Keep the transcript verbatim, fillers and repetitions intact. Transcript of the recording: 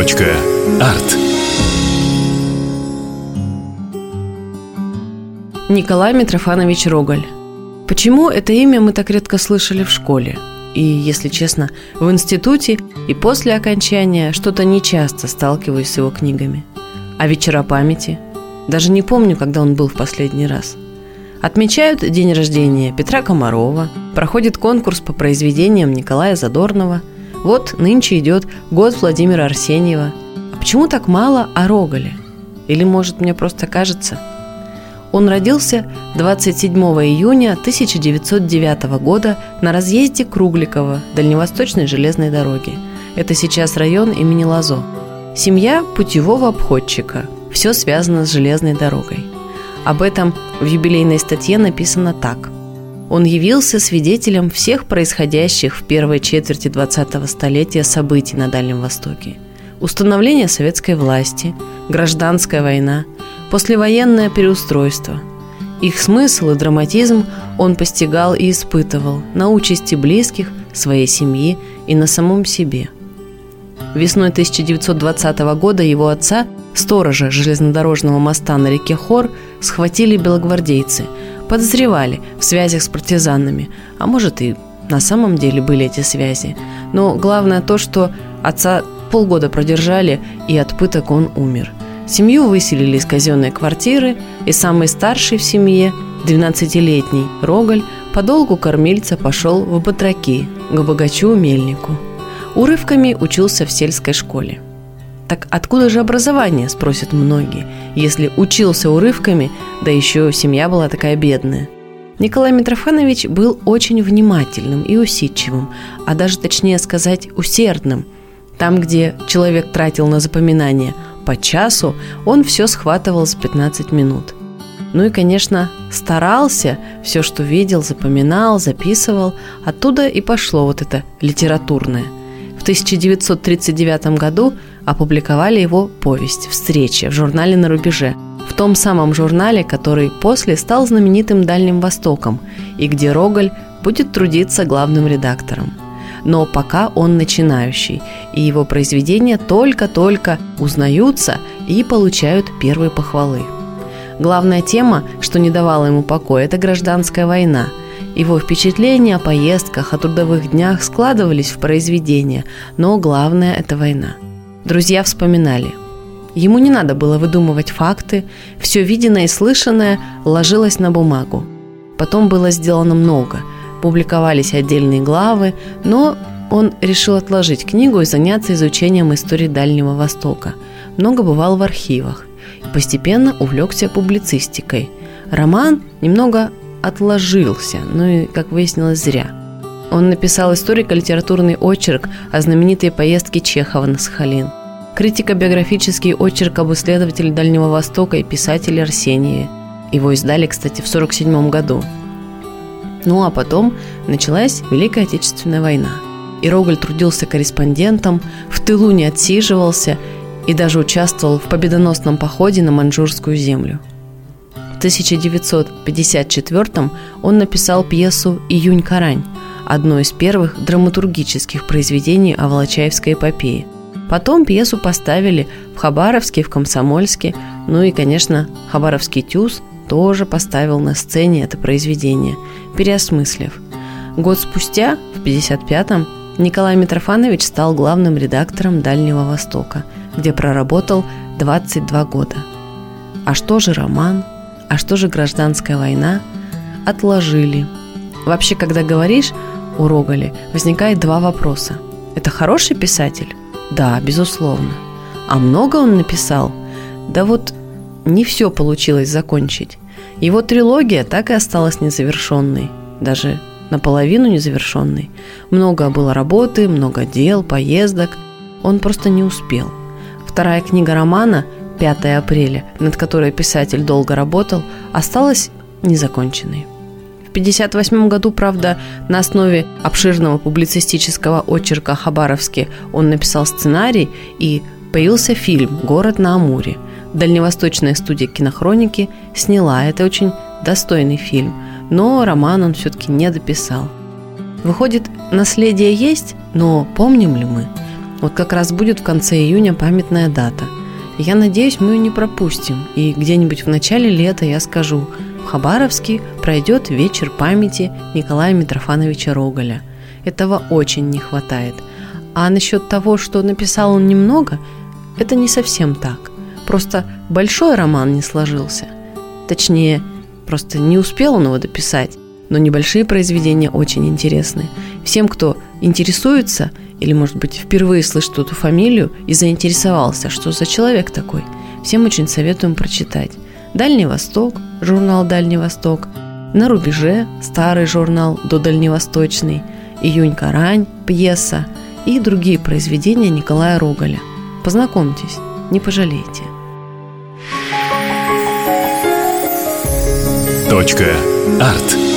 Арт. Николай Митрофанович Роголь. Почему это имя мы так редко слышали в школе? И, если честно, в институте и после окончания что-то нечасто сталкиваюсь с его книгами. А вечера памяти? Даже не помню, когда он был в последний раз. Отмечают день рождения Петра Комарова, проходит конкурс по произведениям Николая Задорнова. Вот нынче идет год Владимира Арсеньева. А почему так мало о Роголе? Или, может, мне просто кажется? Он родился двадцать седьмого июня тысяча девятьсот девятого года на разъезде Кругликова Дальневосточной железной дороги. Это сейчас район имени Лазо. Семья путевого обходчика. Все связано с железной дорогой. Об этом в юбилейной статье написано так. Он явился свидетелем всех происходящих в первой четверти двадцатого столетия событий на Дальнем Востоке. Установление советской власти, гражданская война, послевоенное переустройство. Их смысл и драматизм он постигал и испытывал на участи близких, своей семьи и на самом себе. Весной тысяча девятьсот двадцатого года его отца, сторожа железнодорожного моста на реке Хор, схватили белогвардейцы, подозревали в связях с партизанами, а может и на самом деле были эти связи. Но главное то, что отца полгода продержали, и от пыток он умер. Семью выселили из казенной квартиры, и самый старший в семье, двенадцатилетний Роголь, по долгу кормильца пошел в батраки, к богачу-мельнику. Урывками учился в сельской школе. Так откуда же образование, спросят многие, если учился урывками, да еще семья была такая бедная? Николай Митрофанович был очень внимательным и усидчивым, а даже точнее сказать усердным. Там, где человек тратил на запоминание по часу, он все схватывал за пятнадцать минут. Ну и, конечно, старался, все, что видел, запоминал, записывал. Оттуда и пошло вот это литературное. В тысяча девятьсот тридцать девятом году опубликовали его повесть «Встреча» в журнале «На рубеже», в том самом журнале, который после стал знаменитым Дальним Востоком и где Роголь будет трудиться главным редактором. Но пока он начинающий, и его произведения только-только узнаются и получают первые похвалы. Главная тема, что не давала ему покоя, это гражданская война. Его впечатления о поездках, о трудовых днях складывались в произведения, но главное – это война. Друзья вспоминали. Ему не надо было выдумывать факты, все виденное и слышанное ложилось на бумагу. Потом было сделано много, публиковались отдельные главы, но он решил отложить книгу и заняться изучением истории Дальнего Востока. Много бывал в архивах и постепенно увлекся публицистикой. Роман немного отложился, но и, как выяснилось, зря. Он написал историко-литературный очерк о знаменитой поездке Чехова на Сахалин, критико-биографический очерк об исследователе Дальнего Востока и писателе Арсеньеве. Его издали, кстати, в сорок седьмом году. Ну а потом началась Великая Отечественная война. И Роголь трудился корреспондентом, в тылу не отсиживался и даже участвовал в победоносном походе на Маньчжурскую землю. В тысяча девятьсот пятьдесят четвёртом он написал пьесу «Июнь-Карань», одно из первых драматургических произведений о Волочаевской эпопее. Потом пьесу поставили в Хабаровске, в Комсомольске, ну и, конечно, Хабаровский ТЮЗ тоже поставил на сцене это произведение, переосмыслив. Год спустя, в пятьдесят пятом, Николай Митрофанович стал главным редактором Дальнего Востока, где проработал двадцать два года. А что же роман? А что же гражданская война? Отложили. Вообще, когда говоришь о Роголе, возникает два вопроса. Это хороший писатель? Да, безусловно. А много он написал? Да вот не все получилось закончить. Его трилогия так и осталась незавершенной, даже наполовину незавершенной. Много было работы, много дел, поездок. Он просто не успел. Вторая книга романа «пятое апреля», над которой писатель долго работал, осталась незаконченной. В пятьдесят восьмом году, правда, на основе обширного публицистического очерка о Хабаровске он написал сценарий, и появился фильм «Город на Амуре». Дальневосточная студия кинохроники сняла. Это очень достойный фильм, но роман он все-таки не дописал. Выходит, наследие есть, но помним ли мы? Вот как раз будет в конце июня памятная дата. И я надеюсь, мы ее не пропустим. И где-нибудь в начале лета я скажу: в Хабаровске пройдет вечер памяти Николая Митрофановича Роголя. Этого очень не хватает. А насчет того, что написал он немного, это не совсем так. Просто большой роман не сложился. Точнее, просто не успел он его дописать. Но небольшие произведения очень интересны. Всем, кто интересуется или, может быть, впервые слышит эту фамилию и заинтересовался, что за человек такой, всем очень советуем прочитать. «Дальний Восток», журнал «Дальний Восток», «На рубеже», старый журнал додальневосточный, «Июнь-Карань», пьеса и другие произведения Николая Роголя. Познакомьтесь, не пожалеете. Точка. Арт.